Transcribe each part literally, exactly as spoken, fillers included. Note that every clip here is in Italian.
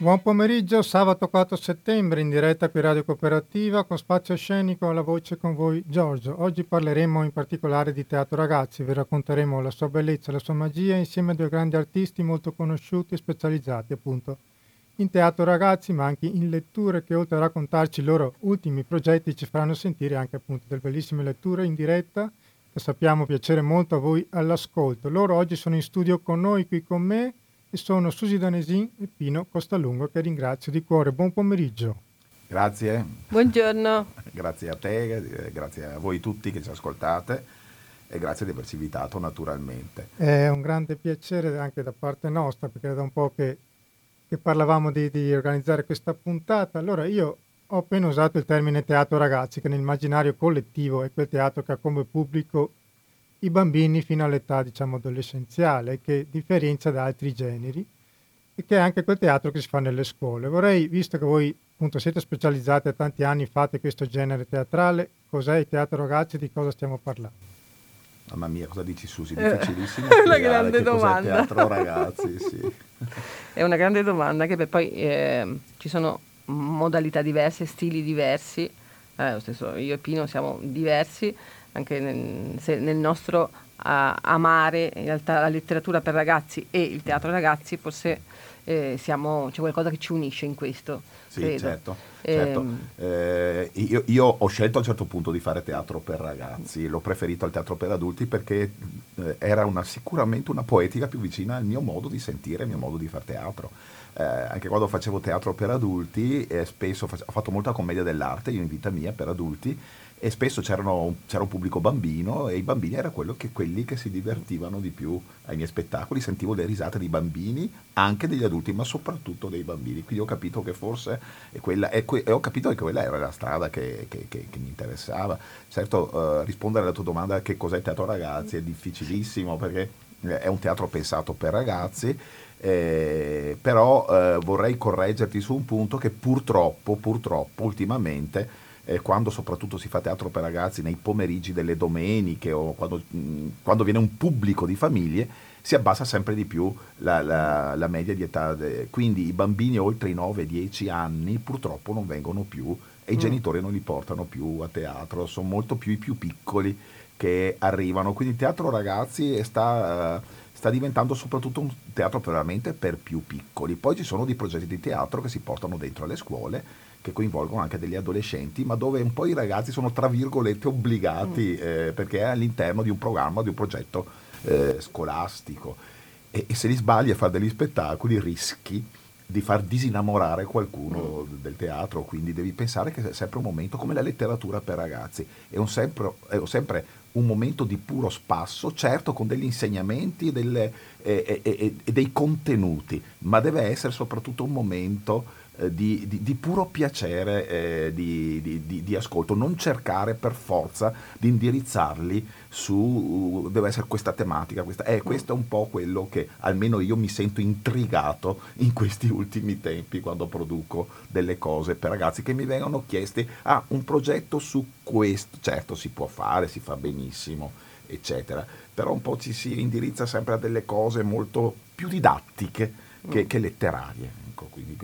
Buon pomeriggio, sabato quattro settembre in diretta qui Radio Cooperativa con Spazio Scenico, alla voce con voi Giorgio. Oggi parleremo in particolare di teatro ragazzi, vi racconteremo la sua bellezza e la sua magia insieme a due grandi artisti molto conosciuti e specializzati appunto in teatro ragazzi ma anche in letture che oltre a raccontarci i loro ultimi progetti ci faranno sentire anche appunto delle bellissime letture in diretta che sappiamo piacere molto a voi all'ascolto. Loro oggi sono in studio con noi qui con me e sono Susi Danesin e Pino Costalungo che ringrazio di cuore. Buon pomeriggio. Grazie. Buongiorno. Grazie a te, grazie a voi tutti che ci ascoltate e grazie di averci invitato naturalmente. È un grande piacere anche da parte nostra perché è da un po' che, che parlavamo di, di organizzare questa puntata. Allora io ho appena usato il termine teatro ragazzi che nell'immaginario collettivo è quel teatro che ha come pubblico i bambini fino all'età diciamo adolescenziale, che differenzia da altri generi e che è anche quel teatro che si fa nelle scuole. Vorrei, visto che voi appunto siete specializzati a tanti anni, fate questo genere teatrale, cos'è il teatro ragazzi, di cosa stiamo parlando? Mamma mia, cosa dici Susi? Difficilissimo È una grande che domanda. Cos'è il teatro ragazzi, sì. È una grande domanda che per poi eh, ci sono modalità diverse, stili diversi, eh, lo stesso io e Pino siamo diversi, anche nel, se nel nostro uh, amare in realtà la letteratura per ragazzi e il teatro ragazzi forse eh, siamo, c'è qualcosa che ci unisce in questo. Sì, credo. certo, Eh, certo. Eh, io, io ho scelto a un certo punto di fare teatro per ragazzi, l'ho preferito al teatro per adulti perché eh, era una, sicuramente una poetica più vicina al mio modo di sentire, al mio modo di fare teatro. Eh, anche quando facevo teatro per adulti, eh, spesso face- ho fatto molta commedia dell'arte, io in vita mia, per adulti, e spesso c'erano, c'era un pubblico bambino e i bambini erano quello che, quelli che si divertivano di più ai miei spettacoli, sentivo le risate dei bambini, anche degli adulti, ma soprattutto dei bambini, quindi ho capito che forse è quella, è que- e ho capito che quella era la strada che, che, che, che mi interessava. Certo, eh, rispondere alla tua domanda che cos'è il teatro ragazzi è difficilissimo perché è un teatro pensato per ragazzi, eh, però eh, vorrei correggerti su un punto che purtroppo, purtroppo ultimamente Eh, quando soprattutto si fa teatro per ragazzi nei pomeriggi delle domeniche o quando, mh, quando viene un pubblico di famiglie si abbassa sempre di più la, la, la media di età, de, quindi i bambini oltre i nove dieci anni purtroppo non vengono più e i mm. genitori non li portano più a teatro, sono molto più i più piccoli che arrivano, quindi il teatro ragazzi sta, uh, sta diventando soprattutto un teatro veramente per più piccoli. Poi ci sono dei progetti di teatro che si portano dentro alle scuole che coinvolgono anche degli adolescenti, ma dove un po' i ragazzi sono tra virgolette obbligati eh, perché è all'interno di un programma, di un progetto eh, scolastico e, e se li sbagli a fare degli spettacoli rischi di far disinnamorare qualcuno del teatro, quindi devi pensare che è sempre un momento come la letteratura per ragazzi, è un sempre, è sempre un momento di puro spasso, certo con degli insegnamenti delle, e, e, e, e dei contenuti, ma deve essere soprattutto un momento Di, di, di puro piacere eh, di, di, di ascolto, non cercare per forza di indirizzarli su deve essere questa tematica, questa, eh, questo è un po' quello che almeno io mi sento intrigato in questi ultimi tempi quando produco delle cose per ragazzi che mi vengono chiesti ah un progetto su questo, certo si può fare, si fa benissimo eccetera, però un po' ci si indirizza sempre a delle cose molto più didattiche che, che letterarie, ecco, quindi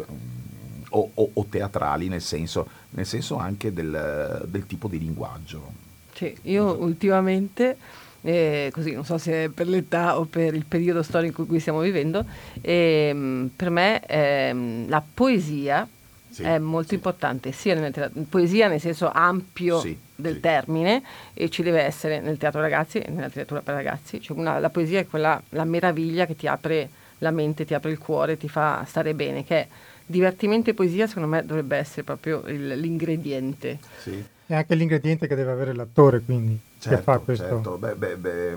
O, o, o teatrali nel senso, nel senso anche del, del tipo di linguaggio. Sì, io ultimamente, eh, così non so se è per l'età o per il periodo storico in cui stiamo vivendo, ehm, per me ehm, la poesia sì, è molto sì. importante, sia nel teatro, poesia nel senso ampio sì, del sì. termine, e ci deve essere nel teatro ragazzi e nella letteratura per ragazzi. Cioè una, la poesia è quella, la meraviglia che ti apre la mente, ti apre il cuore, ti fa stare bene, che è divertimento e poesia, secondo me dovrebbe essere proprio il, l'ingrediente. Sì. E anche l'ingrediente che deve avere l'attore, quindi, certo, che fa questo. Certo. Beh, beh, beh,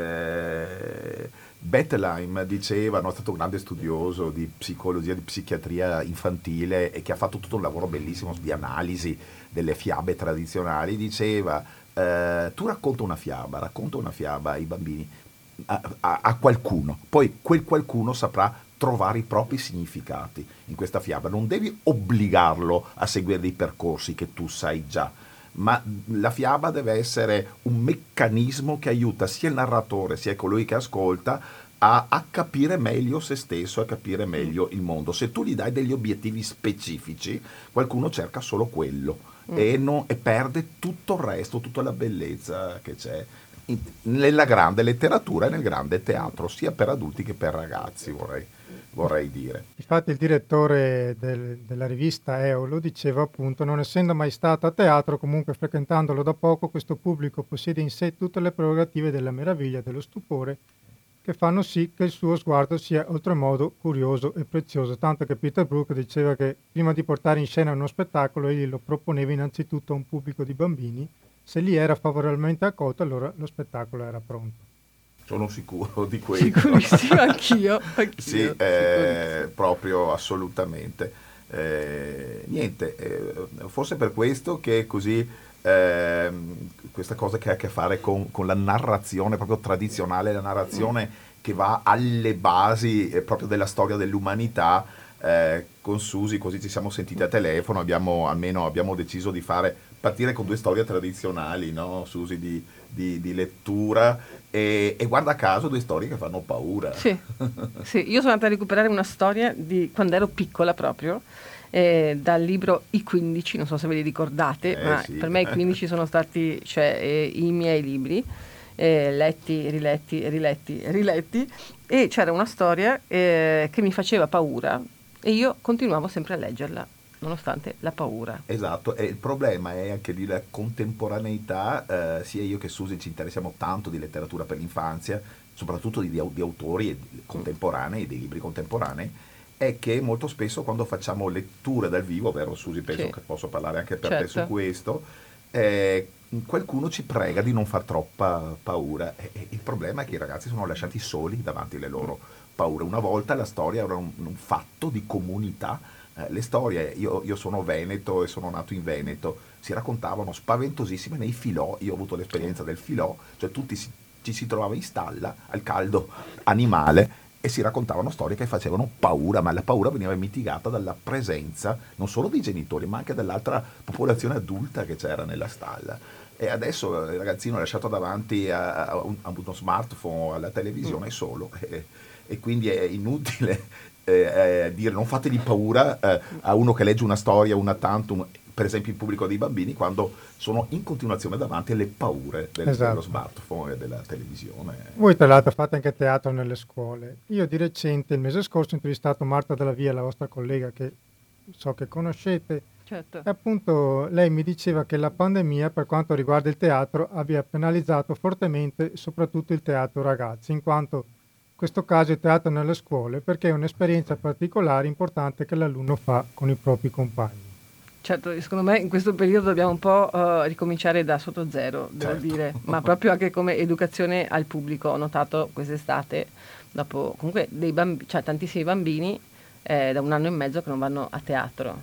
eh, Bettelheim diceva, no, è stato un grande studioso di psicologia, di psichiatria infantile e che ha fatto tutto un lavoro bellissimo di analisi delle fiabe tradizionali, diceva eh, tu racconta una fiaba, racconta una fiaba ai bambini, a, a, a qualcuno, poi quel qualcuno saprà trovare i propri significati in questa fiaba, non devi obbligarlo a seguire dei percorsi che tu sai già, ma la fiaba deve essere un meccanismo che aiuta sia il narratore sia colui che ascolta a, a capire meglio se stesso, a capire meglio il mondo. Se tu gli dai degli obiettivi specifici, qualcuno cerca solo quello mm. e, non, e perde tutto il resto, tutta la bellezza che c'è in, nella grande letteratura e nel grande teatro, sia per adulti che per ragazzi, vorrei, vorrei dire. Infatti il direttore del, della rivista Eolo diceva appunto: non essendo mai stato a teatro, comunque frequentandolo da poco, questo pubblico possiede in sé tutte le prerogative della meraviglia e dello stupore, che fanno sì che il suo sguardo sia oltremodo curioso e prezioso, tanto che Peter Brook diceva che prima di portare in scena uno spettacolo egli lo proponeva innanzitutto a un pubblico di bambini. Se lì era favorevolmente accolto, allora lo spettacolo era pronto. Sono sicuro di questo. Sicurissimo, anch'io. anch'io sì, eh, proprio assolutamente. Eh, niente, eh, forse per questo che così eh, questa cosa che ha a che fare con, con la narrazione proprio tradizionale, la narrazione mm. che va alle basi eh, proprio della storia dell'umanità. Eh, con Susi così ci siamo sentiti a telefono, abbiamo almeno abbiamo deciso di fare partire con due storie tradizionali, no? Susi, di, di, di lettura e, e guarda caso due storie che fanno paura. Sì, sì. Io sono andata a recuperare una storia di quando ero piccola proprio, eh, dal libro I quindici, non so se ve li ricordate, eh, ma sì. per me i quindici sono stati cioè, eh, i miei libri, eh, letti, riletti, riletti, riletti, e c'era una storia eh, che mi faceva paura e io continuavo sempre a leggerla, nonostante la paura. Esatto, e il problema è anche di la contemporaneità, eh, sia io che Susi ci interessiamo tanto di letteratura per l'infanzia, soprattutto di, di autori contemporanei, dei libri contemporanei, è che molto spesso quando facciamo letture dal vivo, vero Susi, penso sì. che posso parlare anche per certo. te su questo, eh, qualcuno ci prega di non far troppa paura e, e il problema è che i ragazzi sono lasciati soli davanti alle loro paure. Una volta la storia era un, un fatto di comunità. Eh, le storie, io, io sono veneto e sono nato in Veneto, si raccontavano spaventosissime nei filò. Io ho avuto l'esperienza del filò, cioè tutti si, ci si trovava in stalla al caldo animale e si raccontavano storie che facevano paura, ma la paura veniva mitigata dalla presenza non solo dei genitori ma anche dell'altra popolazione adulta che c'era nella stalla. E adesso il ragazzino è lasciato davanti a, a, un, a uno smartphone, alla televisione mm. solo e, e quindi è inutile Eh, eh, dire non fategli paura eh, a uno che legge una storia, una tantum, per esempio il pubblico dei bambini, quando sono in continuazione davanti alle paure del, esatto. dello smartphone e della televisione. Voi tra l'altro fate anche teatro nelle scuole. Io di recente, il mese scorso, ho intervistato Marta Della Via, la vostra collega che so che conoscete, certo. e appunto lei mi diceva che la pandemia per quanto riguarda il teatro abbia penalizzato fortemente soprattutto il teatro ragazzi, in quanto in questo caso il teatro nelle scuole, perché è un'esperienza particolare importante che l'alunno fa con i propri compagni. Certo, secondo me in questo periodo dobbiamo un po' uh, ricominciare da sotto zero, devo certo. dire, ma proprio anche come educazione al pubblico. Ho notato quest'estate, dopo comunque dei bambini, cioè tantissimi bambini eh, da un anno e mezzo che non vanno a teatro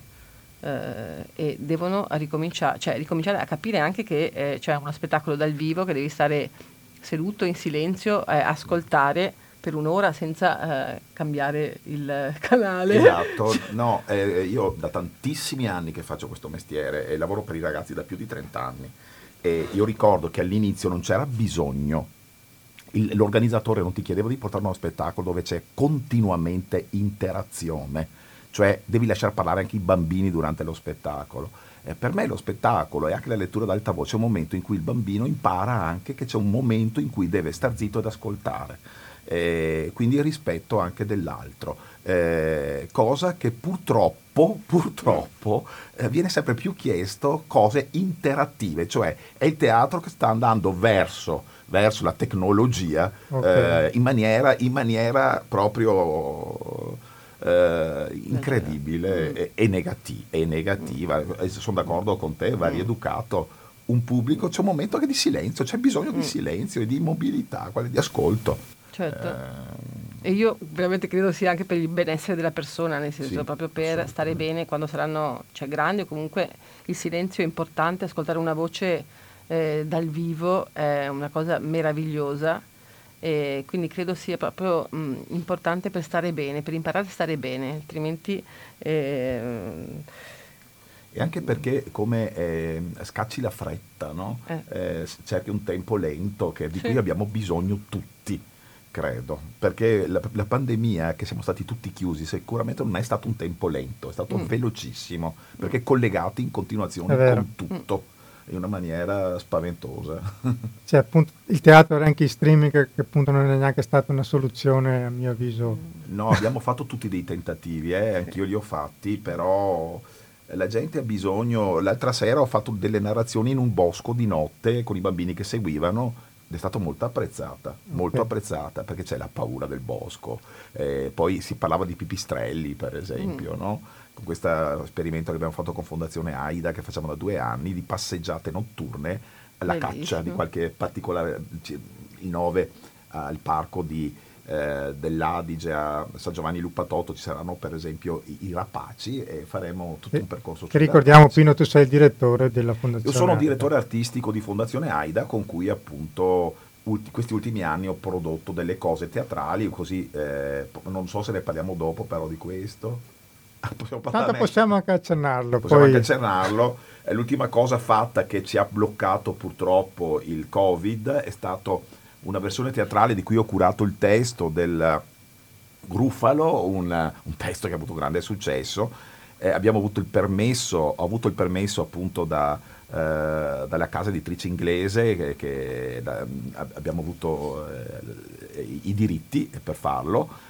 eh, e devono ricominciare, cioè ricominciare a capire anche che eh, c'è uno spettacolo dal vivo, che devi stare seduto in silenzio, eh, ascoltare per un'ora senza eh, cambiare il canale. Esatto, no, eh, io da tantissimi anni che faccio questo mestiere e lavoro per i ragazzi da più di trenta anni e io ricordo che all'inizio non c'era bisogno, il, l'organizzatore non ti chiedeva di portare uno spettacolo dove c'è continuamente interazione, cioè devi lasciare parlare anche i bambini durante lo spettacolo. Eh, per me lo spettacolo e anche la lettura ad alta voce è un momento in cui il bambino impara anche che c'è un momento in cui deve star zitto ed ascoltare. Eh, quindi il rispetto anche dell'altro, eh, cosa che purtroppo, purtroppo eh, viene sempre più chiesto cose interattive, cioè è il teatro che sta andando verso, verso la tecnologia okay. eh, in, maniera, in maniera proprio eh, incredibile e, e, negati- e negativa. Eh, sono d'accordo con te, va rieducato un pubblico, c'è un momento anche di silenzio, c'è bisogno di silenzio e di immobilità, di ascolto. Certo, eh, e io veramente credo sia anche per il benessere della persona, nel senso sì, proprio per stare bene quando saranno cioè, grandi, o comunque il silenzio è importante, ascoltare una voce eh, dal vivo è una cosa meravigliosa e quindi credo sia proprio mh, importante per stare bene, per imparare a stare bene, altrimenti... Eh, E anche perché come eh, scacci la fretta, no? eh. Eh, cerchi un tempo lento che, di sì. cui abbiamo bisogno tutti. credo, perché la, la pandemia, che siamo stati tutti chiusi, sicuramente non è stato un tempo lento, è stato mm. velocissimo, perché collegati in continuazione con tutto, in una maniera spaventosa. Cioè, appunto, il teatro era anche in streaming, che, che appunto non è neanche stata una soluzione, a mio avviso. No, abbiamo fatto tutti dei tentativi, eh, anch'io li ho fatti, però la gente ha bisogno. L'altra sera ho fatto delle narrazioni in un bosco di notte con i bambini che seguivano. È stata molto apprezzata, molto okay. apprezzata, perché c'è la paura del bosco. Eh, poi si parlava di pipistrelli, per esempio, mm. no? Con questo esperimento che abbiamo fatto con Fondazione AIDA, che facciamo da due anni, di passeggiate notturne alla Bellissimo. Caccia di qualche particolare, il nove al parco di, eh, dell'Adige a San Giovanni Luppatotto ci saranno per esempio i, i rapaci, e faremo tutto un percorso. Che ricordiamo, Pino, tu sei il direttore della Fondazione Io sono AIDA. direttore artistico di Fondazione AIDA, con cui appunto ulti, questi ultimi anni ho prodotto delle cose teatrali, così eh, non so se ne parliamo dopo però di questo. Possiamo Tanto possiamo anche accennarlo. Possiamo poi... anche accennarlo. È l'ultima cosa fatta che ci ha bloccato purtroppo il Covid, è stato una versione teatrale di cui ho curato il testo del Gruffalo, un, un testo che ha avuto grande successo. Eh, abbiamo avuto il permesso, ho avuto il permesso appunto da, eh, dalla casa editrice inglese, che, che da, abbiamo avuto eh, i, i diritti per farlo.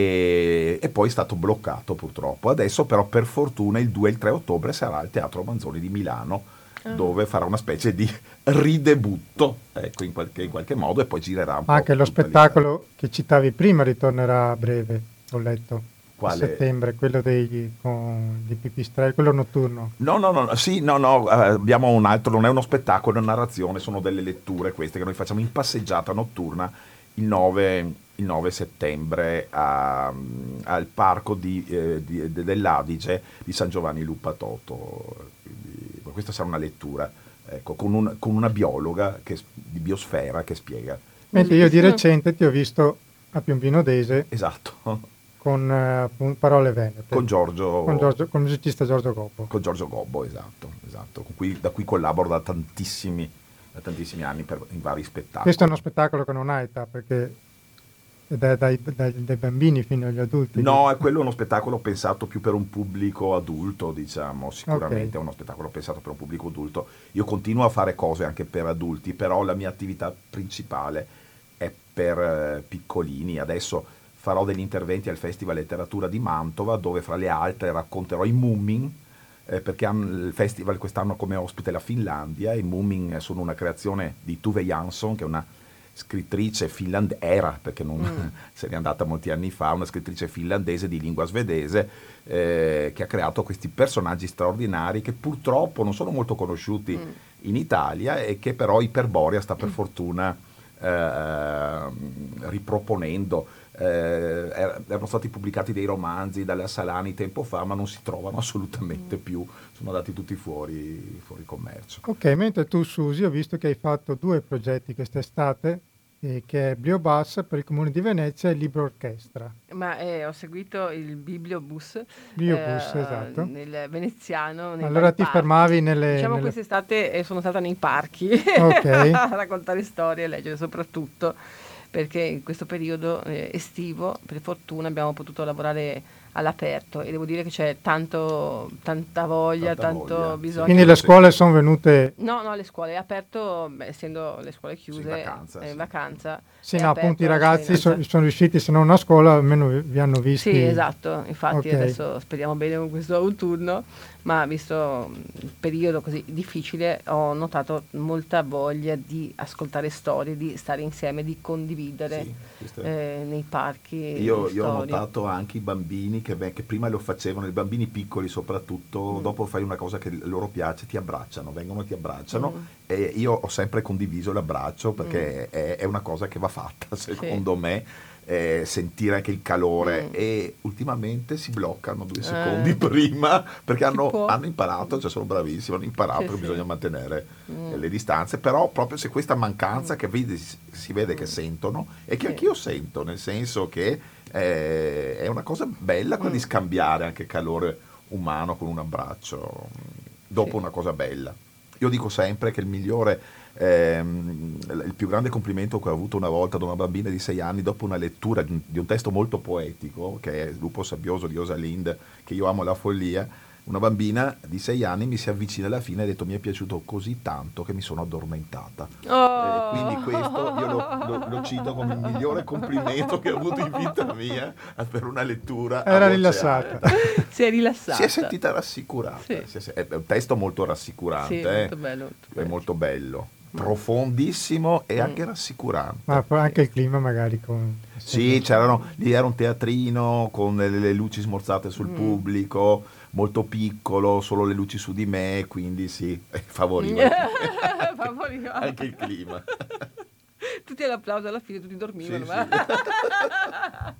E, e poi è stato bloccato purtroppo. Adesso però per fortuna il due e il tre ottobre sarà al Teatro Manzoni di Milano, ah. dove farà una specie di ridebutto, ecco, in qualche, in qualche modo, e poi girerà un po'. Anche lo spettacolo l'Italia. Che citavi prima ritornerà a breve, ho letto. Quale? A settembre, quello dei, con, di Pipistrelli, quello notturno. No, no, no, sì, no, no, abbiamo un altro, non è uno spettacolo, è una narrazione, sono delle letture queste che noi facciamo in passeggiata notturna il nove, il nove settembre a, al parco di, eh, di, dell'Adige di San Giovanni Luppatotto. Quindi, questa sarà una lettura, ecco, con, un, con una biologa che, di biosfera che spiega. Mentre io di recente ti ho visto a Piombino Dese. Esatto. Con uh, Parole Venete. Con Giorgio. Con, Giorgio, con il musicista Giorgio Gobbo. Con Giorgio Gobbo, esatto, esatto. Con cui, da cui collaboro da tantissimi, da tantissimi anni per, in vari spettacoli. Questo è uno spettacolo che non ha età, perché è dai, dai, dai, dai bambini fino agli adulti. No, è quello uno spettacolo pensato più per un pubblico adulto, diciamo, sicuramente okay. È uno spettacolo pensato per un pubblico adulto. Io continuo a fare cose anche per adulti, però la mia attività principale è per eh, piccolini. Adesso farò degli interventi al Festival Letteratura di Mantova, dove fra le altre racconterò i Moomin, eh, perché hanno il festival quest'anno come ospite la Finlandia. I Moomin sono una creazione di Tove Jansson, che è una scrittrice finlandese, era perché non mm. se n'è andata molti anni fa, una scrittrice finlandese di lingua svedese, eh, che ha creato questi personaggi straordinari che purtroppo non sono molto conosciuti mm. in Italia, e che però Iperborea sta per mm. fortuna eh, riproponendo. Eh, erano stati pubblicati dei romanzi dalla Salani tempo fa, ma non si trovano assolutamente mm. più, sono andati tutti fuori, fuori commercio. Ok, mentre tu, Susi, ho visto che hai fatto due progetti quest'estate, eh, che è Bliobus per il Comune di Venezia e Libro Orchestra. Ma eh, ho seguito il Bibliobus, Bibliobus eh, esatto. nel veneziano. Allora ti parchi. fermavi nelle... Diciamo nelle... quest'estate eh, sono stata nei parchi okay. a raccontare storie e leggere soprattutto, perché in questo periodo eh, estivo, per fortuna, abbiamo potuto lavorare all'aperto, e devo dire che c'è tanto, tanta voglia, tanta tanto voglia. bisogno. Quindi le scuole sono venute... No, no, le scuole è aperto, beh, essendo le scuole chiuse, sì, in vacanza, è in sì. vacanza. Sì, no, appunto i ragazzi so, sono riusciti, se non a scuola, almeno vi hanno visti. Sì, esatto, infatti okay. Adesso speriamo bene con questo autunno, ma visto il periodo così difficile ho notato molta voglia di ascoltare storie, di stare insieme, di condividere sì, eh, nei parchi. Io, io ho notato anche i bambini che, beh, che prima lo facevano, i bambini piccoli soprattutto, mm. dopo fai una cosa che loro piace, ti abbracciano, vengono e ti abbracciano, mm. e io ho sempre condiviso l'abbraccio, perché mm. è, è una cosa che va fatta secondo sì. me, eh, sentire anche il calore, mm. e ultimamente si bloccano due secondi eh. prima, perché hanno, hanno imparato, cioè sono bravissimi, hanno imparato sì, che sì. bisogna mantenere mm. le distanze, però proprio se questa mancanza mm. che vedi, si vede mm. che sentono, e che sì. anch'io sento, nel senso che eh, è una cosa bella quella mm. di scambiare anche calore umano con un abbraccio dopo sì. una cosa bella. Io dico sempre che il migliore, ehm, il più grande complimento che ho avuto una volta da una bambina di sei anni dopo una lettura di un, di un testo molto poetico, che è Lupo sabbioso di Rosalind, che io amo alla follia. Una bambina di sei anni mi si avvicina alla fine e ha detto: mi è piaciuto così tanto che mi sono addormentata. Oh. Eh, quindi questo io lo, lo, lo cito come il migliore complimento che ho avuto in vita mia per una lettura. Era rilassata. Si è rilassata. Si è sentita rassicurata. Sì. Si è, è un testo molto rassicurante. Sì, eh. molto bello, molto bello. È molto bello. Profondissimo e anche rassicurante. Ma poi anche il clima magari con... Sì, c'erano, lì era un teatrino con le, le luci smorzate sul mm. pubblico, molto piccolo, solo le luci su di me, quindi sì, favoriva favoriva anche il clima. Tutti all'applauso alla fine, tutti dormivano. Sì, ma...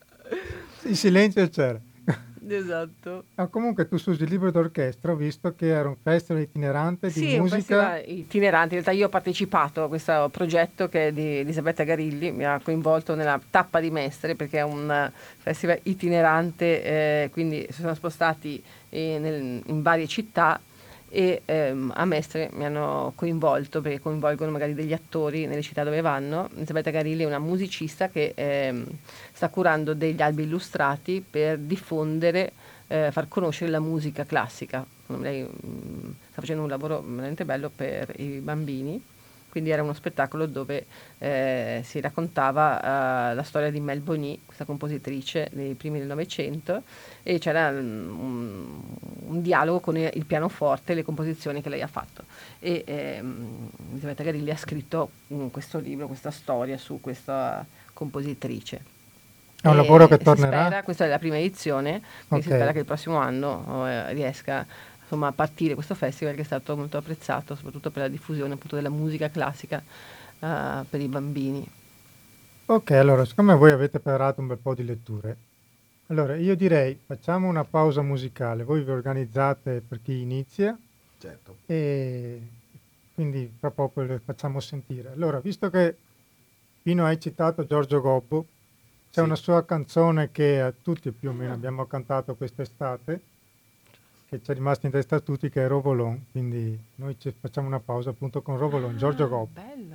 sì. Il silenzio c'era. Esatto. Ah, comunque tu usi il libro d'orchestra, ho visto che era un festival itinerante di sì, musica. Un festival itinerante. In realtà io ho partecipato a questo progetto che è di Elisabetta Garilli, mi ha coinvolto nella tappa di Mestre, perché è un festival itinerante, eh, quindi si sono spostati eh, nel, in varie città e ehm, a Mestre mi hanno coinvolto, perché coinvolgono magari degli attori nelle città dove vanno. Elisabetta Garilli è una musicista che ehm, sta curando degli albi illustrati per diffondere, eh, far conoscere la musica classica. Lei mh, sta facendo un lavoro veramente bello per i bambini, quindi era uno spettacolo dove eh, si raccontava uh, la storia di Mel Boni, questa compositrice dei primi del Novecento, e c'era um, un dialogo con il pianoforte e le composizioni che lei ha fatto. E ehm, Elisabetta Garilli ha scritto um, questo libro, questa storia su questa compositrice. È un e lavoro che tornerà? Spera, questa è la prima edizione, quindi okay. Si spera che il prossimo anno eh, riesca insomma, a partire questo festival, che è stato molto apprezzato soprattutto per la diffusione appunto della musica classica uh, per i bambini. Ok, allora siccome voi avete preparato un bel po' di letture, allora io direi facciamo una pausa musicale, voi vi organizzate per chi inizia. Certo. E quindi fra poco le facciamo sentire. Allora, visto che Pino hai citato Giorgio Gobbo, c'è sì. una sua canzone che a tutti più o meno abbiamo cantato quest'estate, che ci è rimasta in testa a tutti, che è Rovolon, quindi noi ci facciamo una pausa appunto con Rovolon, ah, Giorgio Gobbo. Bello.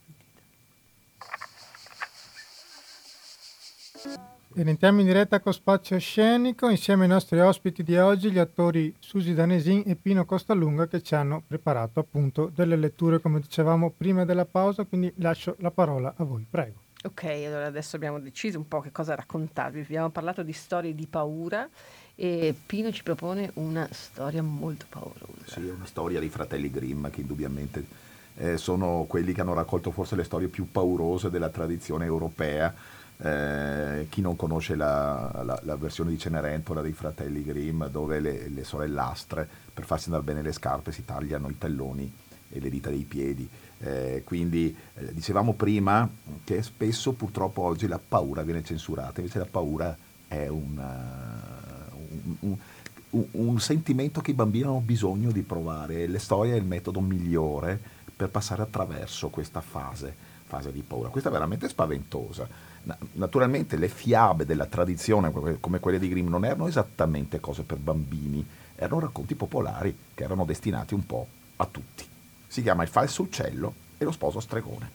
Ed entriamo in diretta con Spazio Scenico insieme ai nostri ospiti di oggi, gli attori Susi Danesin e Pino Costalunga, che ci hanno preparato appunto delle letture come dicevamo prima della pausa, quindi lascio la parola a voi, prego. Ok, allora adesso abbiamo deciso un po' che cosa raccontarvi, abbiamo parlato di storie di paura e Pino ci propone una storia molto paurosa. Sì, è una storia dei fratelli Grimm, che indubbiamente eh, sono quelli che hanno raccolto forse le storie più paurose della tradizione europea. Eh, chi non conosce la, la, la versione di Cenerentola dei fratelli Grimm, dove le, le sorellastre per farsi andare bene le scarpe si tagliano i talloni e le dita dei piedi. Eh, quindi eh, dicevamo prima che spesso purtroppo oggi la paura viene censurata, invece la paura è una, un, un, un, un sentimento che i bambini hanno bisogno di provare. Le storie è il metodo migliore per passare attraverso questa fase, fase di paura. Questa è veramente spaventosa. Naturalmente le fiabe della tradizione come quelle di Grimm non erano esattamente cose per bambini, erano racconti popolari che erano destinati un po' a tutti. Si chiama Il falso uccello e lo sposo stregone.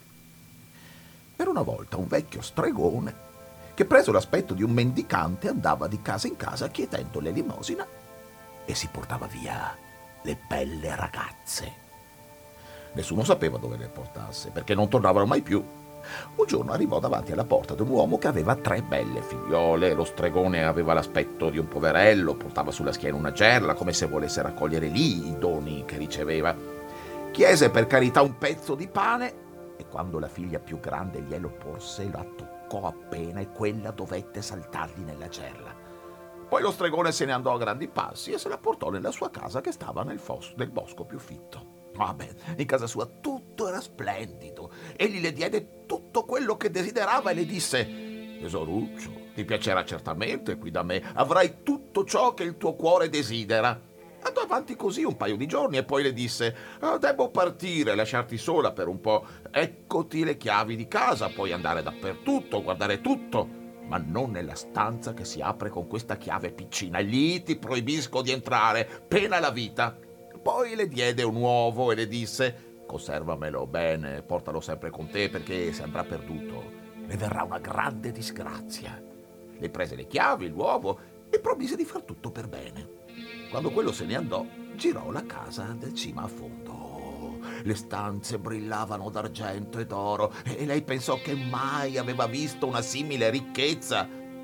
Era una volta un vecchio stregone che, preso l'aspetto di un mendicante, andava di casa in casa chiedendo l'elemosina e si portava via le belle ragazze. Nessuno sapeva dove le portasse, perché non tornavano mai più. Un giorno arrivò davanti alla porta di un uomo che aveva tre belle figliole. Lo stregone aveva l'aspetto di un poverello, portava sulla schiena una gerla, come se volesse raccogliere lì i doni che riceveva. Chiese per carità un pezzo di pane e quando la figlia più grande glielo porse, la toccò appena e quella dovette saltargli nella gerla. Poi lo stregone se ne andò a grandi passi e se la portò nella sua casa, che stava nel, fos- nel bosco più fitto. Ah beh, in casa sua tutto era splendido. Egli le diede tutto quello che desiderava e le disse: tesoruccio, ti piacerà certamente qui da me, avrai tutto ciò che il tuo cuore desidera. Andò avanti così un paio di giorni e poi le disse: oh, devo partire, lasciarti sola per un po'. Eccoti le chiavi di casa, puoi andare dappertutto, guardare tutto, ma non nella stanza che si apre con questa chiave piccina. Lì ti proibisco di entrare, pena la vita. Poi le diede un uovo e le disse: conservamelo bene, portalo sempre con te, perché se andrà perduto ne verrà una grande disgrazia. Le prese le chiavi, l'uovo e promise di far tutto per bene. Quando quello se ne andò, girò la casa del cima a fondo. Le stanze brillavano d'argento e d'oro e lei pensò che mai aveva visto una simile ricchezza.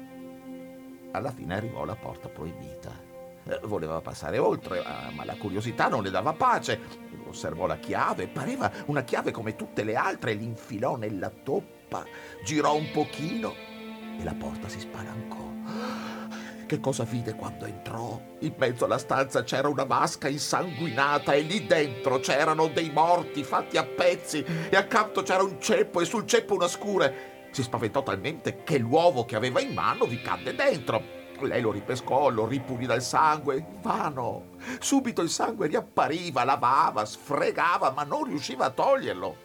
Alla fine arrivò alla porta proibita. Eh, voleva passare oltre, ma la curiosità non le dava pace. Osservò la chiave, pareva una chiave come tutte le altre, l'infilò nella toppa, girò un pochino e la porta si spalancò. Che cosa vide quando entrò? In mezzo alla stanza c'era una vasca insanguinata e lì dentro c'erano dei morti fatti a pezzi e accanto c'era un ceppo e sul ceppo una scure. Si spaventò talmente che l'uovo che aveva in mano vi cadde dentro. Lei lo ripescò, lo ripulì dal sangue. Vano! Subito il sangue riappariva, lavava, sfregava, ma non riusciva a toglierlo.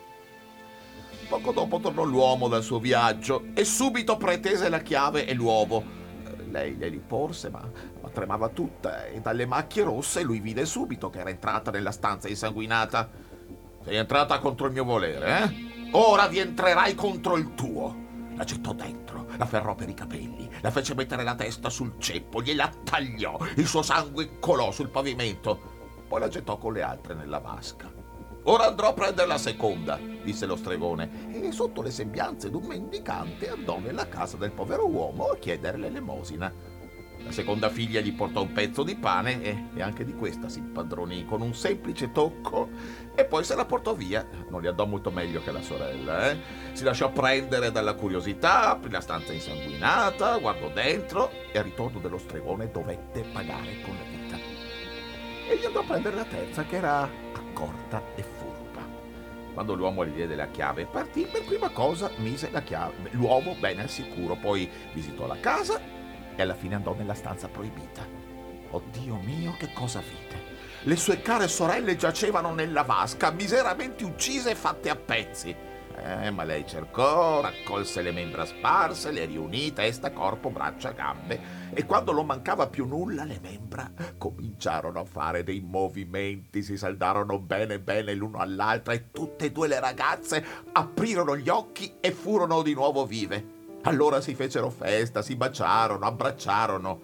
Poco dopo tornò l'uomo dal suo viaggio e subito pretese la chiave e l'uovo. Lei glieli porse, ma, ma tremava tutta e dalle macchie rosse lui vide subito che era entrata nella stanza insanguinata. Sei entrata contro il mio volere, eh? Ora vi entrerai contro il tuo. La gettò dentro, la ferrò per i capelli, la fece mettere la testa sul ceppo, gliela tagliò, il suo sangue colò sul pavimento. Poi la gettò con le altre nella vasca. Ora andrò a prendere la seconda, disse lo stregone, e sotto le sembianze d'un mendicante andò nella casa del povero uomo a chiedere l'elemosina. La seconda figlia gli portò un pezzo di pane e, e anche di questa si impadronì con un semplice tocco e poi se la portò via. Non gli andò molto meglio che la sorella, eh? Si lasciò prendere dalla curiosità, aprì la stanza insanguinata, guardò dentro e al ritorno dello stregone dovette pagare con la vita. E gli andò a prendere la terza, che era accorta e furba. Quando l'uomo gli diede la chiave partì, per prima cosa mise la chiave, l'uovo bene al sicuro, poi visitò la casa e alla fine andò nella stanza proibita. Oh Dio mio, che cosa vide! Le sue care sorelle giacevano nella vasca, miseramente uccise e fatte a pezzi. Eh, ma lei cercò, raccolse le membra sparse, le riunì, testa, corpo, braccia, gambe, e quando non mancava più nulla, le membra cominciarono a fare dei movimenti, si saldarono bene bene l'uno all'altra e tutte e due le ragazze aprirono gli occhi e furono di nuovo vive. Allora si fecero festa, si baciarono, abbracciarono.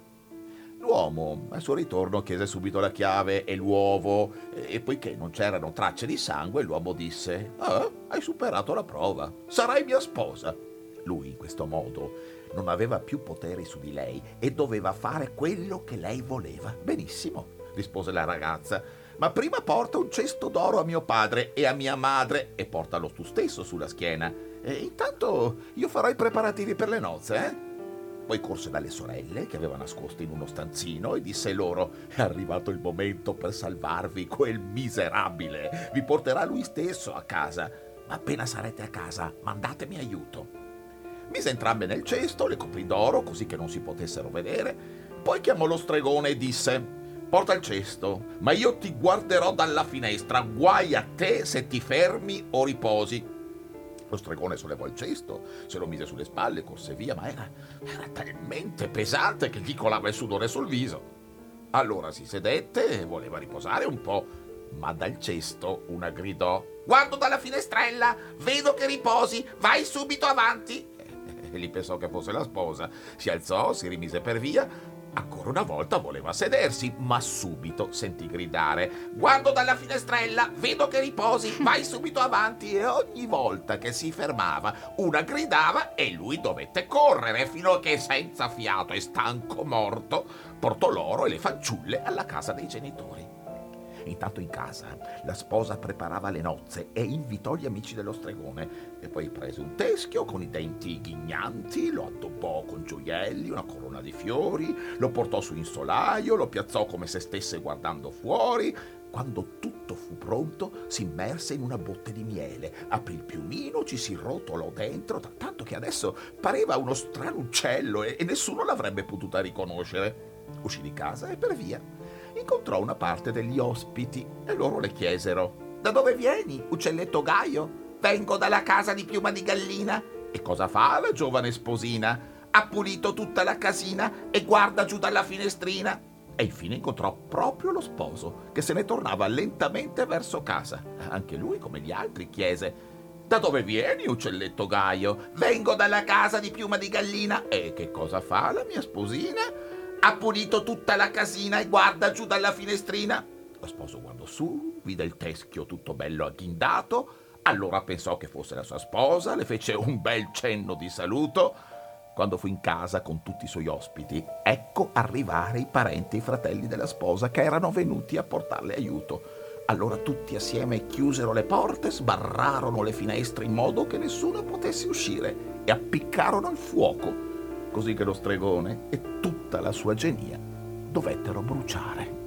L'uomo, al suo ritorno, chiese subito la chiave e l'uovo, e poiché non c'erano tracce di sangue, l'uomo disse: «Ah, hai superato la prova, sarai mia sposa». Lui, in questo modo, non aveva più poteri su di lei e doveva fare quello che lei voleva. «Benissimo», rispose la ragazza, «ma prima porta un cesto d'oro a mio padre e a mia madre e portalo tu stesso sulla schiena. E intanto io farò i preparativi per le nozze, eh?» Poi corse dalle sorelle, che aveva nascosto in uno stanzino, e disse loro: «È arrivato il momento per salvarvi quel miserabile. Vi porterà lui stesso a casa. Ma appena sarete a casa, mandatemi aiuto». Mise entrambe nel cesto, le coprì d'oro, così che non si potessero vedere. Poi chiamò lo stregone e disse: «Porta il cesto, ma io ti guarderò dalla finestra. Guai a te se ti fermi o riposi». Lo stregone sollevò il cesto, se lo mise sulle spalle e corse via, ma era, era talmente pesante che gli colava il sudore sul viso. Allora si sedette e voleva riposare un po', ma dal cesto una gridò: «Guardo dalla finestrella, vedo che riposi, vai subito avanti!» E gli pensò che fosse la sposa. Si alzò, si rimise per via. Ancora una volta voleva sedersi, ma subito sentì gridare: «Guardo dalla finestrella, vedo che riposi, vai subito avanti!» E ogni volta che si fermava, una gridava e lui dovette correre fino a che, senza fiato e stanco morto, portò l'oro e le fanciulle alla casa dei genitori. Intanto in casa la sposa preparava le nozze e invitò gli amici dello stregone, e poi prese un teschio con i denti ghignanti, lo addobbò con gioielli, una corona di fiori, lo portò su in solaio, lo piazzò come se stesse guardando fuori. Quando tutto fu pronto, si immerse in una botte di miele, aprì il piumino, ci si rotolò dentro, tanto che adesso pareva uno strano uccello e, e nessuno l'avrebbe potuta riconoscere. Uscì di casa e per via incontrò una parte degli ospiti e loro le chiesero: «Da dove vieni, uccelletto gaio?» «Vengo dalla casa di Piuma di Gallina». «E cosa fa la giovane sposina?» «Ha pulito tutta la casina e guarda giù dalla finestrina». E infine incontrò proprio lo sposo, che se ne tornava lentamente verso casa. Anche lui, come gli altri, chiese: «Da dove vieni, uccelletto Gaio?» «Vengo dalla casa di Piuma di Gallina». «E che cosa fa la mia sposina?» «Ha pulito tutta la casina e guarda giù dalla finestrina». Lo sposo guardò su, vide il teschio tutto bello agghindato, allora pensò che fosse la sua sposa, le fece un bel cenno di saluto. Quando fu in casa con tutti i suoi ospiti, ecco arrivare i parenti e i fratelli della sposa che erano venuti a portarle aiuto. Allora tutti assieme chiusero le porte, sbarrarono le finestre in modo che nessuno potesse uscire e appiccarono il fuoco, così che lo stregone e tutta la sua genia dovettero bruciare.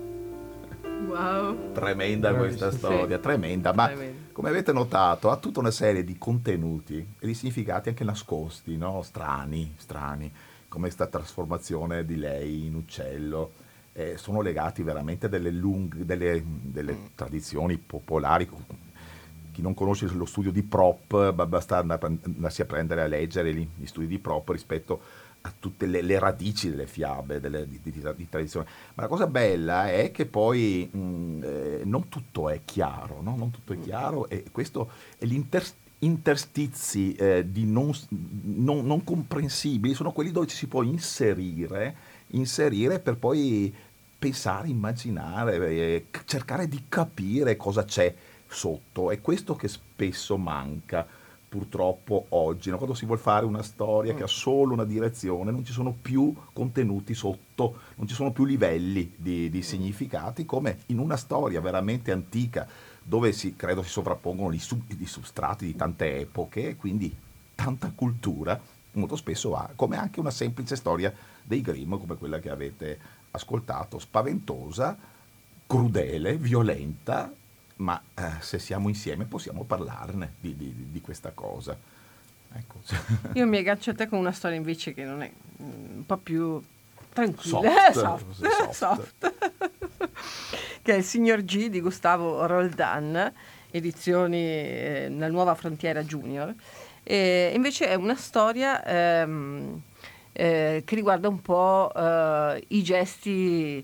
Wow. Tremenda questa storia, sì. tremenda, ma tremenda. Come avete notato ha tutta una serie di contenuti e di significati anche nascosti, no? strani, strani, come questa trasformazione di lei in uccello, eh, sono legati veramente a delle, lunghe, delle, delle mm. tradizioni popolari. Chi non conosce lo studio di Prop, basta andarsi a prendere a leggere gli, gli studi di Prop rispetto a tutte le, le radici delle fiabe, delle, di, di, di tradizione. Ma la cosa bella è che poi mh, eh, non tutto è chiaro, no? Non tutto è chiaro, e questo è l'interstizi eh, di non, non, non comprensibili, sono quelli dove ci si può inserire, inserire per poi pensare, immaginare, eh, cercare di capire cosa c'è sotto. È questo che spesso manca purtroppo oggi, no? Quando si vuol fare una storia che ha solo una direzione, non ci sono più contenuti sotto, non ci sono più livelli di, di significati, come in una storia veramente antica dove si, credo si sovrappongono i, sub, i substrati di tante epoche, quindi tanta cultura molto spesso ha, come anche una semplice storia dei Grimm, come quella che avete ascoltato, spaventosa, crudele, violenta, ma eh, se siamo insieme possiamo parlarne di, di, di questa cosa. Ecco. Io mi aggancio a te con una storia invece che non è un po' più tranquilla, soft, soft, soft. Che è Il signor G di Gustavo Roldan, edizioni eh, La Nuova Frontiera Junior. E invece è una storia ehm, eh, che riguarda un po' eh, i gesti,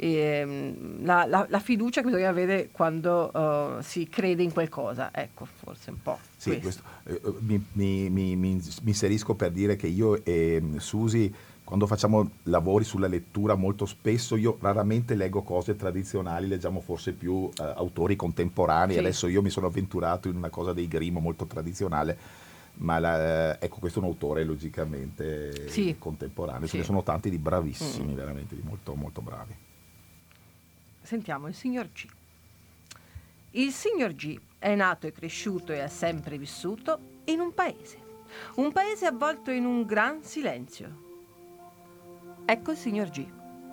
E, la, la, la fiducia che bisogna avere quando uh, si crede in qualcosa, ecco, forse un po'. Sì, questo. Questo, eh, mi, mi, mi, mi inserisco per dire che io e Susi, quando facciamo lavori sulla lettura, molto spesso io raramente leggo cose tradizionali, leggiamo forse più eh, autori contemporanei. Sì. Adesso io mi sono avventurato in una cosa dei Grimm molto tradizionale, ma la, ecco, questo è un autore logicamente sì. contemporaneo. Sì. Ce ne sono tanti di bravissimi, mm. veramente di molto molto bravi. Sentiamo il signor G. Il signor G è nato e cresciuto e ha sempre vissuto in un paese. Un paese avvolto in un gran silenzio. Ecco il signor G.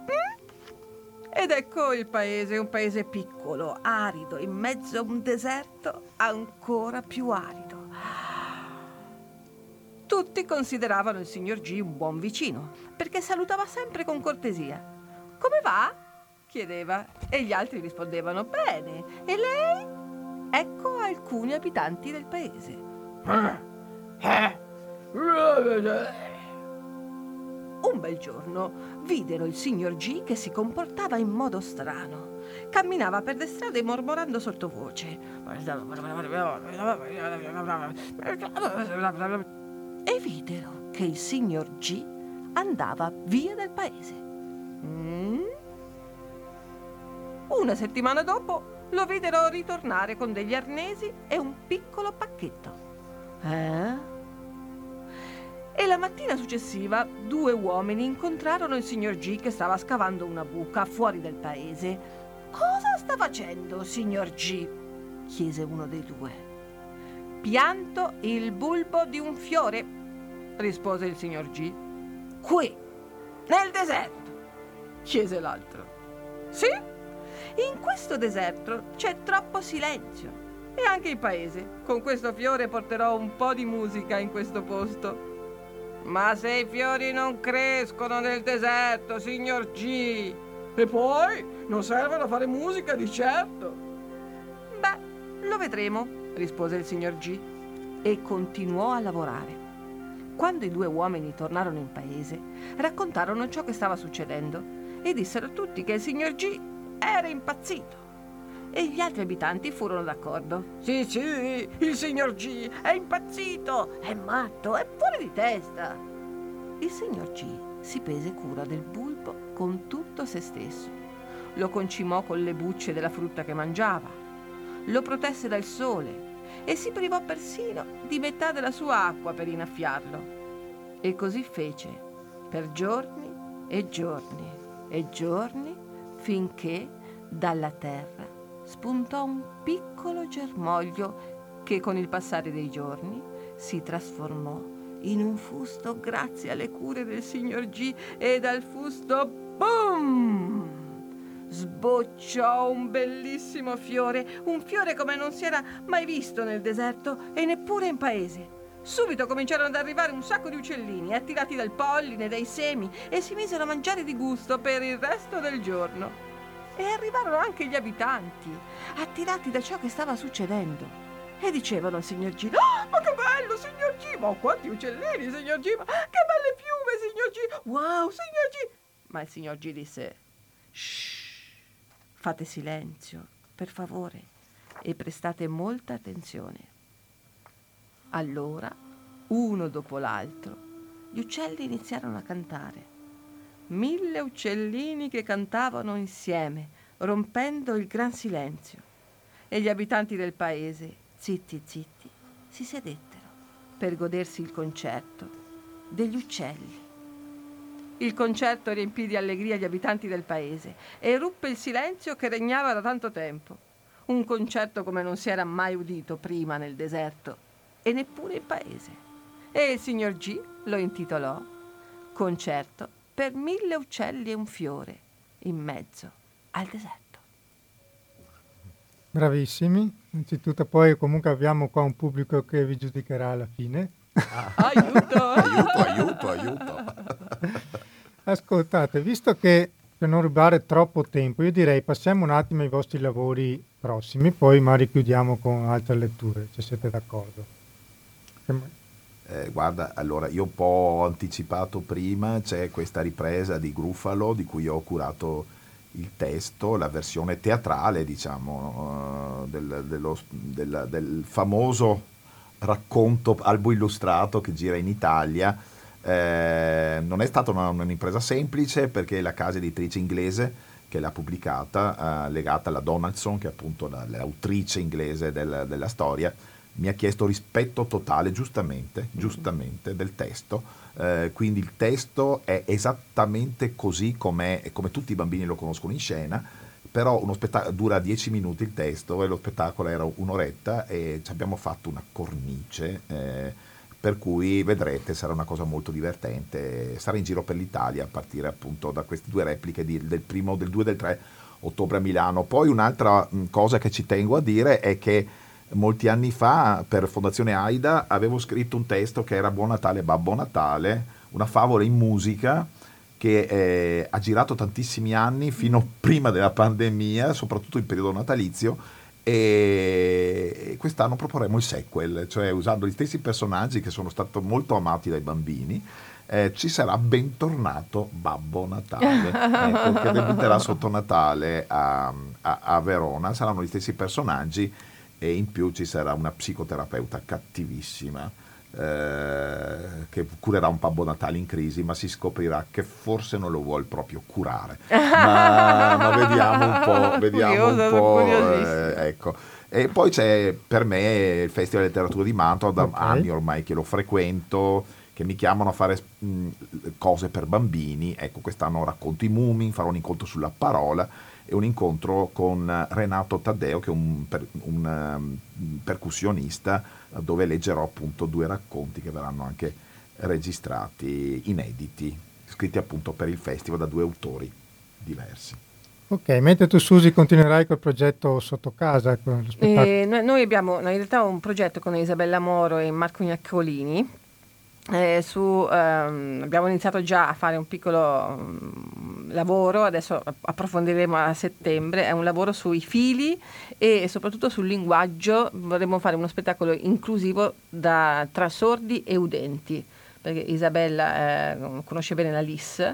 Ed ecco il paese, un paese piccolo, arido, in mezzo a un deserto ancora più arido. Tutti consideravano il signor G un buon vicino, perché salutava sempre con cortesia. Come va? Chiedeva, e gli altri rispondevano bene. E lei? Ecco alcuni abitanti del paese. Un bel giorno videro il signor G che si comportava in modo strano. Camminava per le strade mormorando sottovoce. E videro che il signor G andava via dal paese. Mm? Una settimana dopo lo videro ritornare con degli arnesi e un piccolo pacchetto. Eh? E la mattina successiva due uomini incontrarono il signor G che stava scavando una buca fuori del paese. «Cosa sta facendo, signor G?» chiese uno dei due. «Pianto il bulbo di un fiore», rispose il signor G. «Qui, nel deserto?» chiese l'altro. «Sì? In questo deserto c'è troppo silenzio e anche il paese. Con questo fiore porterò un po' di musica in questo posto». «Ma se i fiori non crescono nel deserto, signor G?» «E poi non servono a fare musica di certo». «Beh, lo vedremo», rispose il signor G e continuò a lavorare. Quando i due uomini tornarono in paese, raccontarono ciò che stava succedendo. e dissero tutti che il signor G era impazzito. E gli altri abitanti furono d'accordo. Sì, sì, il signor G è impazzito, è matto, è fuori di testa. Il signor G si prese cura del bulbo con tutto se stesso. Lo concimò con le bucce della frutta che mangiava, lo protesse dal sole e si privò persino di metà della sua acqua per innaffiarlo. E così fece per giorni e giorni e giorni, finché dalla terra spuntò un piccolo germoglio che con il passare dei giorni si trasformò in un fusto grazie alle cure del signor G, e dal fusto, boom, sbocciò un bellissimo fiore, un fiore come non si era mai visto nel deserto e neppure in paese. Subito cominciarono ad arrivare un sacco di uccellini, attirati dal polline, dai semi, e si misero a mangiare di gusto per il resto del giorno. E arrivarono anche gli abitanti, attirati da ciò che stava succedendo, e dicevano al signor G: oh, ma che bello, signor G! Ma quanti uccellini, signor G! Ma che belle piume, signor G! Wow, signor G! Ma il signor G disse: shh, fate silenzio, per favore, e prestate molta attenzione. Allora, uno dopo l'altro, gli uccelli iniziarono a cantare. Mille uccellini che cantavano insieme, rompendo il gran silenzio. E gli abitanti del paese, zitti zitti, si sedettero per godersi il concerto degli uccelli. Il concerto riempì di allegria gli abitanti del paese e ruppe il silenzio che regnava da tanto tempo. Un concerto come non si era mai udito prima nel deserto e neppure in paese. E il signor G lo intitolò Concerto per mille uccelli e un fiore in mezzo al deserto. Bravissimi. Innanzitutto, poi comunque abbiamo qua un pubblico che vi giudicherà alla fine. Ah. Aiuto! aiuto, aiuto, aiuto. Ascoltate, visto che per non rubare troppo tempo, io direi passiamo un attimo ai vostri lavori prossimi, poi magari chiudiamo con altre letture, se siete d'accordo. Eh, guarda, allora io un po' ho anticipato prima, c'è questa ripresa di Gruffalo di cui ho curato il testo, la versione teatrale, diciamo, uh, del, dello, del, del famoso racconto Albo Illustrato che gira in Italia. Eh, non è stata una, un'impresa semplice, perché la casa editrice inglese che l'ha pubblicata, uh, legata alla Donaldson, che è appunto la, l'autrice inglese del, della storia, mi ha chiesto rispetto totale, giustamente, giustamente, del testo. Eh, quindi il testo è esattamente così com'è, come tutti i bambini lo conoscono in scena, però uno spettacolo dura dieci minuti il testo e lo spettacolo era un'oretta, e ci abbiamo fatto una cornice, eh, per cui vedrete, sarà una cosa molto divertente. Sarà in giro per l'Italia a partire appunto da queste due repliche di, del primo, del due e del tre ottobre a Milano. Poi un'altra mh, cosa che ci tengo a dire è che molti anni fa per Fondazione AIDA avevo scritto un testo che era Buon Natale Babbo Natale, una favola in musica che eh, ha girato tantissimi anni fino prima della pandemia, soprattutto il periodo natalizio, e quest'anno proporremo il sequel, cioè usando gli stessi personaggi che sono stati molto amati dai bambini. Eh, ci sarà Bentornato Babbo Natale, ecco, che debutterà sotto Natale a, a, a Verona. Saranno gli stessi personaggi, e in più ci sarà una psicoterapeuta cattivissima eh, che curerà un Babbo Natale in crisi, ma si scoprirà che forse non lo vuol proprio curare, ma, ma vediamo un po', vediamo un po', eh, ecco. E poi c'è per me il Festival di Letteratura di Mantova, da okay. anni ormai che lo frequento, che mi chiamano a fare mh, cose per bambini. Ecco, quest'anno racconto i Moomin, farò un incontro sulla parola e un incontro con Renato Taddeo, che è un, per, un um, percussionista, dove leggerò appunto due racconti che verranno anche registrati, inediti, scritti appunto per il festival da due autori diversi. Ok, mentre tu Susi continuerai col progetto Sotto Casa. Con lo eh, noi, noi abbiamo in realtà un progetto con Isabella Moro e Marco Gnaccolini. Eh, su, ehm, abbiamo iniziato già a fare un piccolo um, lavoro, adesso approfondiremo a settembre. È un lavoro sui fili e soprattutto sul linguaggio. Vorremmo fare uno spettacolo inclusivo da, tra sordi e udenti, perché Isabella eh, conosce bene la L I S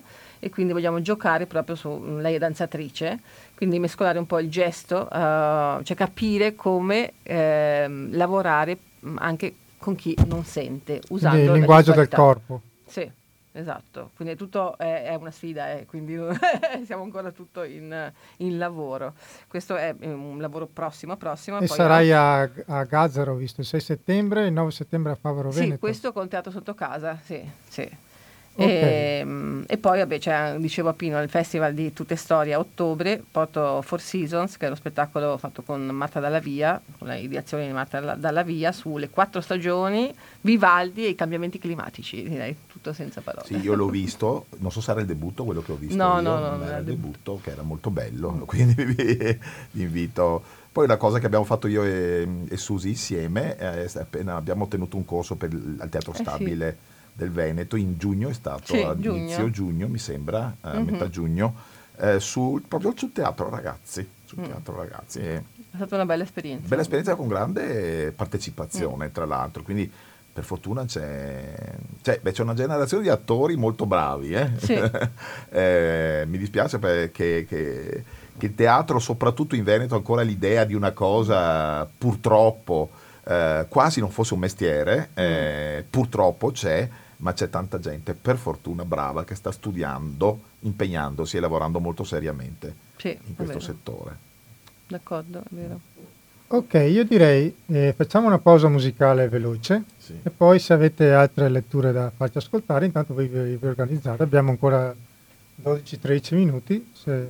e quindi vogliamo giocare proprio su, lei è danzatrice, quindi mescolare un po' il gesto, uh, cioè capire come eh, lavorare anche con chi non sente, usando il la linguaggio del gestualità. corpo. Sì, esatto, quindi tutto è, è una sfida, eh, quindi siamo ancora tutto in, in lavoro. Questo è un lavoro prossimo, prossimo. E poi sarai ha... a, a Gazzaro, ho visto, il sei settembre, il nove settembre a Favaro Sì, Veneto. questo col Teatro Sotto Casa, sì, sì. Okay. E, e poi vabbè, c'è, dicevo a Pino, il festival di Tutte Storie a ottobre, porto Four Seasons, che è lo spettacolo fatto con Marta Dalla Via, con le ideazioni di Marta Dalla Via, sulle quattro stagioni, Vivaldi e i cambiamenti climatici, direi tutto senza parole. Sì, io l'ho visto, non so se era il debutto quello che ho visto no, io, no, no, non non era il debutto. debutto, che era molto bello, mm. quindi vi, vi invito. Poi una cosa che abbiamo fatto io e, e Susi insieme, eh, appena abbiamo tenuto un corso per il, al Teatro Stabile eh sì. del Veneto, in giugno è stato, sì, a giugno. inizio giugno mi sembra, a mm-hmm. metà giugno, eh, sul, proprio sul Teatro Ragazzi. Sul mm. Teatro Ragazzi. È stata una bella esperienza. Bella esperienza con grande partecipazione, mm. tra l'altro, quindi per fortuna c'è, c'è, beh, c'è una generazione di attori molto bravi. Eh? Sì. eh, mi dispiace perché che, che il teatro, soprattutto in Veneto, ha ancora l'idea di una cosa purtroppo eh, quasi non fosse un mestiere, eh, mm. purtroppo c'è, ma c'è tanta gente, per fortuna, brava, che sta studiando, impegnandosi e lavorando molto seriamente sì, in questo settore. D'accordo, è vero. Ok, io direi eh, facciamo una pausa musicale veloce sì. e poi se avete altre letture da farci ascoltare, intanto voi vi, vi organizzate, abbiamo ancora dodici tredici minuti. Se...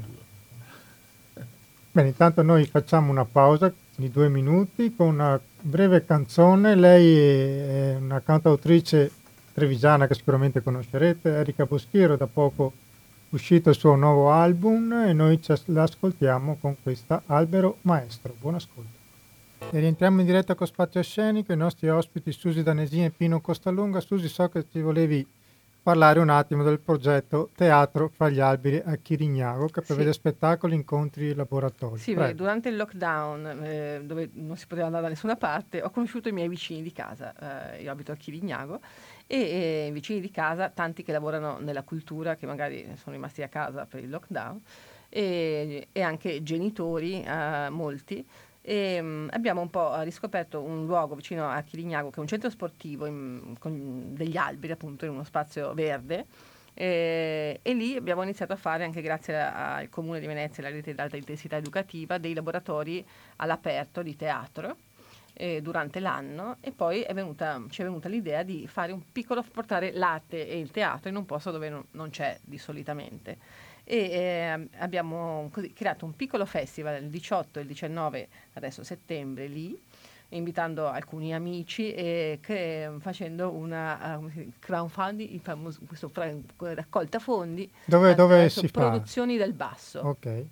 Bene, intanto noi facciamo una pausa di due minuti con una breve canzone. Lei è una cantautrice trevigiana che sicuramente conoscerete, Erika Boschiero, da poco uscito il suo nuovo album e noi ci l'ascoltiamo con questa Albero Maestro. Buon ascolto. E rientriamo in diretta con Spazio Scenico, i nostri ospiti Susi Danesini e Pino Costalunga. Susi, so che ti volevi parlare un attimo del progetto Teatro fra gli alberi a Chirignago, che prevede sì. spettacoli, incontri e laboratori. Sì, beh, durante il lockdown, eh, dove non si poteva andare da nessuna parte, ho conosciuto i miei vicini di casa, eh, io abito a Chirignago, e, e i vicini di casa, tanti che lavorano nella cultura, che magari sono rimasti a casa per il lockdown, e, e anche genitori, eh, molti. E, um, abbiamo un po' riscoperto un luogo vicino a Chirignago che è un centro sportivo in, con degli alberi, appunto, in uno spazio verde, e, e lì abbiamo iniziato a fare, anche grazie a, al Comune di Venezia e alla rete d'alta intensità educativa, dei laboratori all'aperto di teatro eh, durante l'anno, e poi è venuta, ci è venuta l'idea di fare un piccolo, portare l'arte e il teatro in un posto dove non, non c'è di solitamente. E eh, abbiamo così creato un piccolo festival il diciotto e il diciannove adesso settembre lì, invitando alcuni amici e che, facendo una uh, crowdfunding, il famoso, questo fra, raccolta fondi dove, dove si produzioni fa? del basso. Ok.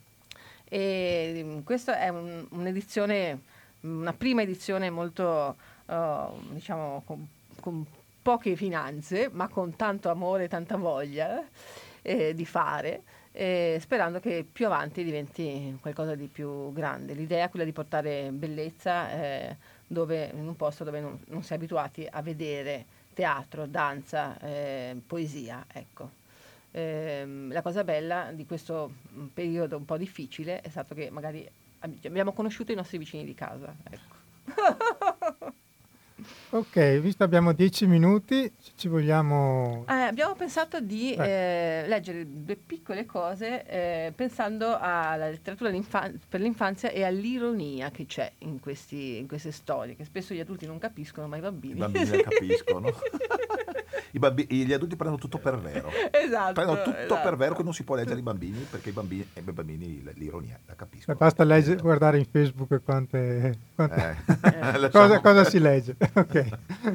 E questa è un, un'edizione, una prima edizione molto uh, diciamo con, con poche finanze, ma con tanto amore e tanta voglia eh, di fare. Eh, sperando che più avanti diventi qualcosa di più grande. L'idea è quella di portare bellezza eh, dove, in un posto dove non, non si è abituati a vedere teatro, danza, eh, poesia, ecco. Eh, la cosa bella di questo periodo un po' difficile è stato che magari abbiamo conosciuto i nostri vicini di casa, ecco. Ok, visto abbiamo dieci minuti, ci vogliamo... Eh, abbiamo pensato di eh, leggere due piccole cose eh, pensando alla letteratura per l'infanzia e all'ironia che c'è in, questi, in queste storie, che spesso gli adulti non capiscono, ma i bambini... I bambini la capiscono. I bambi- gli adulti prendono tutto per vero. Esatto. Prendono tutto esatto. per vero che non si può leggere i bambini, perché i bambini, i bambini l'ironia la capiscono. Basta leggere, guardare in Facebook quante, quante eh. cosa, cosa si legge. Ok.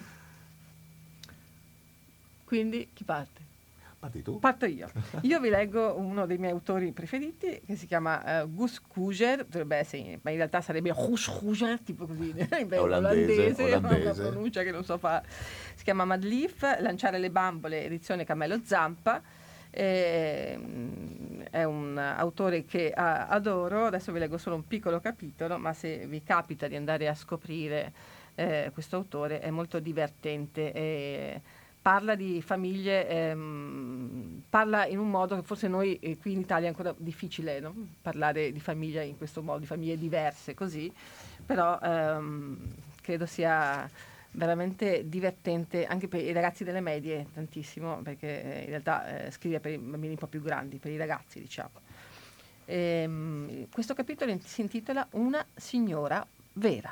Quindi chi parte? Parti tu? Parto io. Io vi leggo uno dei miei autori preferiti che si chiama uh, Gus Kujer, dovrebbe essere, ma in realtà sarebbe Gus Kujer, tipo così, in olandese, olandese, olandese. una pronuncia che non so fare. Si chiama Madleaf, Lanciare le bambole, edizione Cammello Zampa. Eh, è un autore che uh, adoro. Adesso vi leggo solo un piccolo capitolo, ma se vi capita di andare a scoprire eh, questo autore è molto divertente e parla di famiglie, ehm, parla in un modo che forse noi eh, qui in Italia è ancora difficile, no? Parlare di famiglia in questo modo, di famiglie diverse così, però ehm, credo sia veramente divertente anche per i ragazzi delle medie, tantissimo, perché eh, in realtà eh, scrive per i bambini un po' più grandi, per i ragazzi diciamo. Ehm, questo capitolo in- si intitola Una signora vera.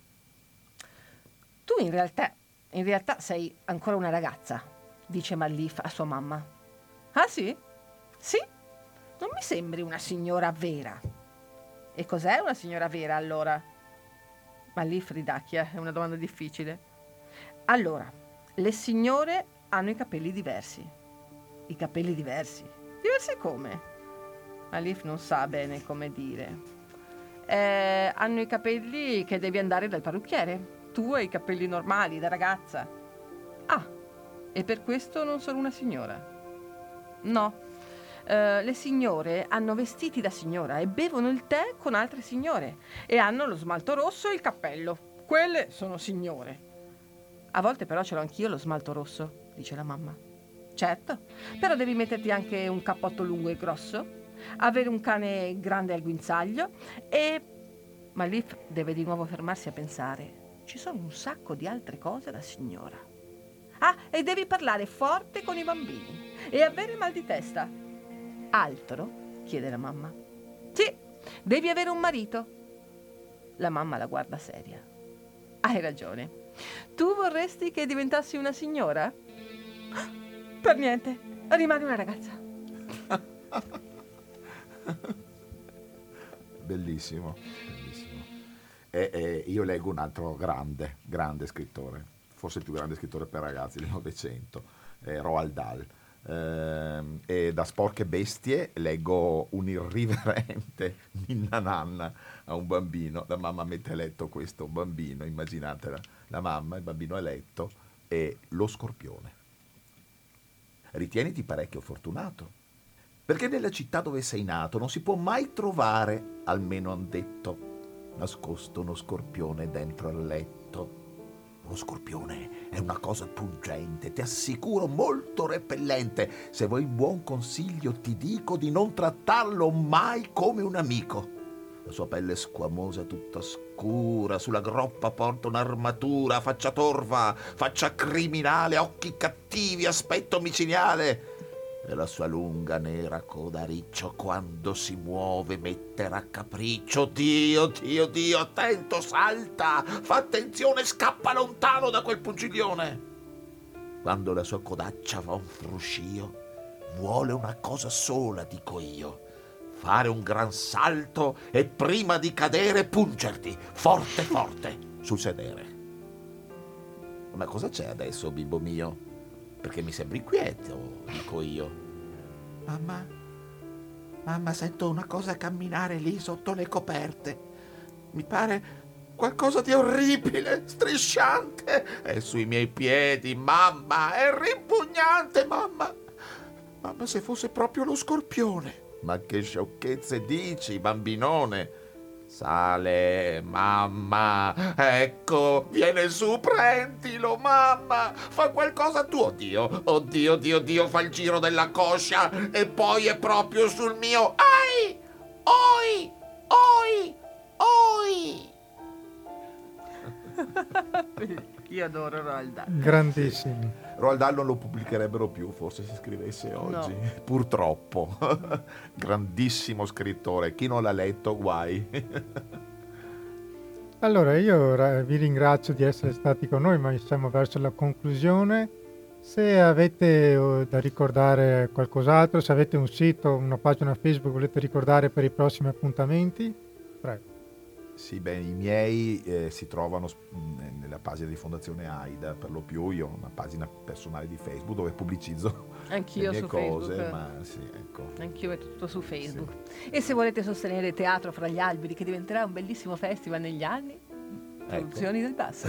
Tu in realtà, in realtà sei ancora una ragazza, dice Mallif a sua mamma. Ah sì? Sì? Non mi sembri una signora vera. E cos'è una signora vera allora? Mallif ridacchia, è una domanda difficile. Allora, le signore hanno i capelli diversi. I capelli diversi? Diversi come? Mallif non sa bene come dire. Eh, hanno i capelli che devi andare dal parrucchiere. Tu hai i capelli normali, da ragazza. Ah, e per questo non sono una signora? No. Eh, le signore hanno vestiti da signora e bevono il tè con altre signore e hanno lo smalto rosso e il cappello. Quelle sono signore. A volte però ce l'ho anch'io lo smalto rosso, dice la mamma. Certo, però devi metterti anche un cappotto lungo e grosso, avere un cane grande al guinzaglio e... Mallif deve di nuovo fermarsi a pensare. Ci sono un sacco di altre cose da signora. Ah, e devi parlare forte con i bambini e avere mal di testa. Altro? Chiede la mamma. Sì, devi avere un marito. La mamma la guarda seria. Hai ragione. Tu vorresti che diventassi una signora? Per niente, rimani una ragazza. Bellissimo, bellissimo. E, e io leggo un altro grande, grande scrittore, forse il più grande scrittore per ragazzi del Novecento, eh, Roald Dahl. Eh, e da Sporche Bestie leggo un irriverente ninna nanna a un bambino. La mamma mette a letto questo bambino, immaginatela, la mamma, il bambino a letto e lo scorpione. Ritieniti parecchio fortunato, perché nella città dove sei nato non si può mai trovare, almeno han detto, nascosto uno scorpione dentro al letto. Lo scorpione è una cosa pungente, ti assicuro molto repellente. Se vuoi un buon consiglio ti dico di non trattarlo mai come un amico. La sua pelle squamosa tutta scura, sulla groppa porta un'armatura, faccia torva, faccia criminale, occhi cattivi, aspetto micidiale. E la sua lunga nera coda a riccio quando si muove mette raccapriccio. Dio, Dio, Dio, attento, salta, fa attenzione, scappa lontano da quel pungiglione. Quando la sua codaccia va un fruscio, vuole una cosa sola, dico io: fare un gran salto e prima di cadere pungerti forte forte sul sedere. Ma cosa c'è adesso, bimbo mio? Perché mi sembri quieto, dico io. Mamma, mamma, sento una cosa camminare lì sotto le coperte. Mi pare qualcosa di orribile, strisciante. È sui miei piedi, mamma, è ripugnante, mamma. Mamma, se fosse proprio lo scorpione. Ma che sciocchezze dici, bambinone? Sale, mamma, ecco, viene su, prendilo, mamma, fa qualcosa tu, oddio, oddio, oddio, oddio, fa il giro della coscia e poi è proprio sul mio, ai, oi, oi, oi. Io adoro Roald Dahl. Grandissimi. Roald Dahl non lo pubblicherebbero più, forse si scrivesse oggi, no. Purtroppo. Grandissimo scrittore, chi non l'ha letto, guai. Allora, io vi ringrazio di essere stati con noi, ma siamo verso la conclusione. Se avete da ricordare qualcos'altro, se avete un sito, una pagina Facebook, volete ricordare per i prossimi appuntamenti, prego. Sì, beh, i miei eh, si trovano mh, nella pagina di Fondazione AIDA, per lo più. Io ho una pagina personale di Facebook dove pubblicizzo Anch'io le mie su cose, Facebook. ma sì, ecco. Anch'io metto tutto su Facebook. Sì. E se volete sostenere Teatro fra gli alberi, che diventerà un bellissimo festival negli anni, ecco. Produzioni del Basso.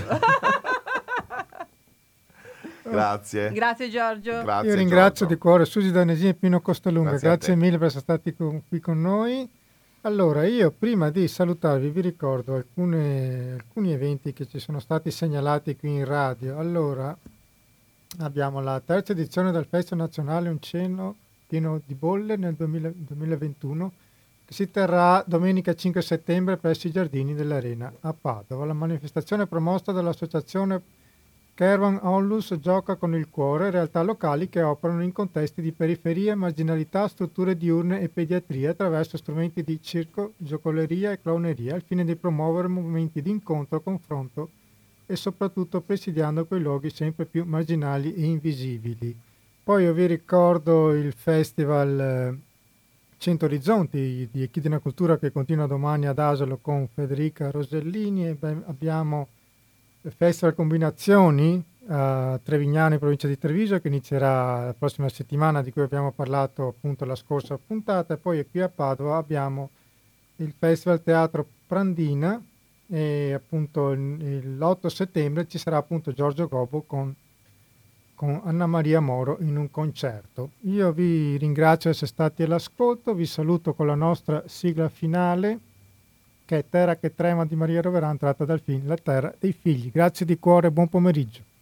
Grazie. Grazie Giorgio. Grazie, io ringrazio Giorgio. di cuore Susi Danesini e Pino Costalunga. Grazie, Grazie mille per essere stati con, qui con noi. Allora, io prima di salutarvi vi ricordo alcune, alcuni eventi che ci sono stati segnalati qui in radio. Allora, abbiamo la terza edizione del Festival Nazionale Un Cielo Pieno di Bolle nel duemila duemilaventuno, che si terrà domenica cinque settembre presso i giardini dell'Arena a Padova. La manifestazione è promossa dall'associazione Caravan Onlus Gioca con il Cuore, realtà locali che operano in contesti di periferia, marginalità, strutture diurne e pediatria attraverso strumenti di circo, giocoleria e clowneria al fine di promuovere momenti di incontro, confronto e soprattutto presidiando quei luoghi sempre più marginali e invisibili. Poi io vi ricordo il Festival eh, cento Orizzonti di Echidna Cultura che continua domani ad Asolo con Federica Rosellini e beh, abbiamo il Festival Combinazioni a Trevignano in provincia di Treviso che inizierà la prossima settimana, di cui abbiamo parlato appunto la scorsa puntata, e poi qui a Padova abbiamo il Festival Teatro Prandina e appunto l'otto settembre ci sarà appunto Giorgio Gobbo con, con Anna Maria Moro in un concerto. Io vi ringrazio di essere stati all'ascolto, vi saluto con la nostra sigla finale che è Terra che trema di Maria Roveran, tratta dal film La terra dei figli. Grazie di cuore e buon pomeriggio.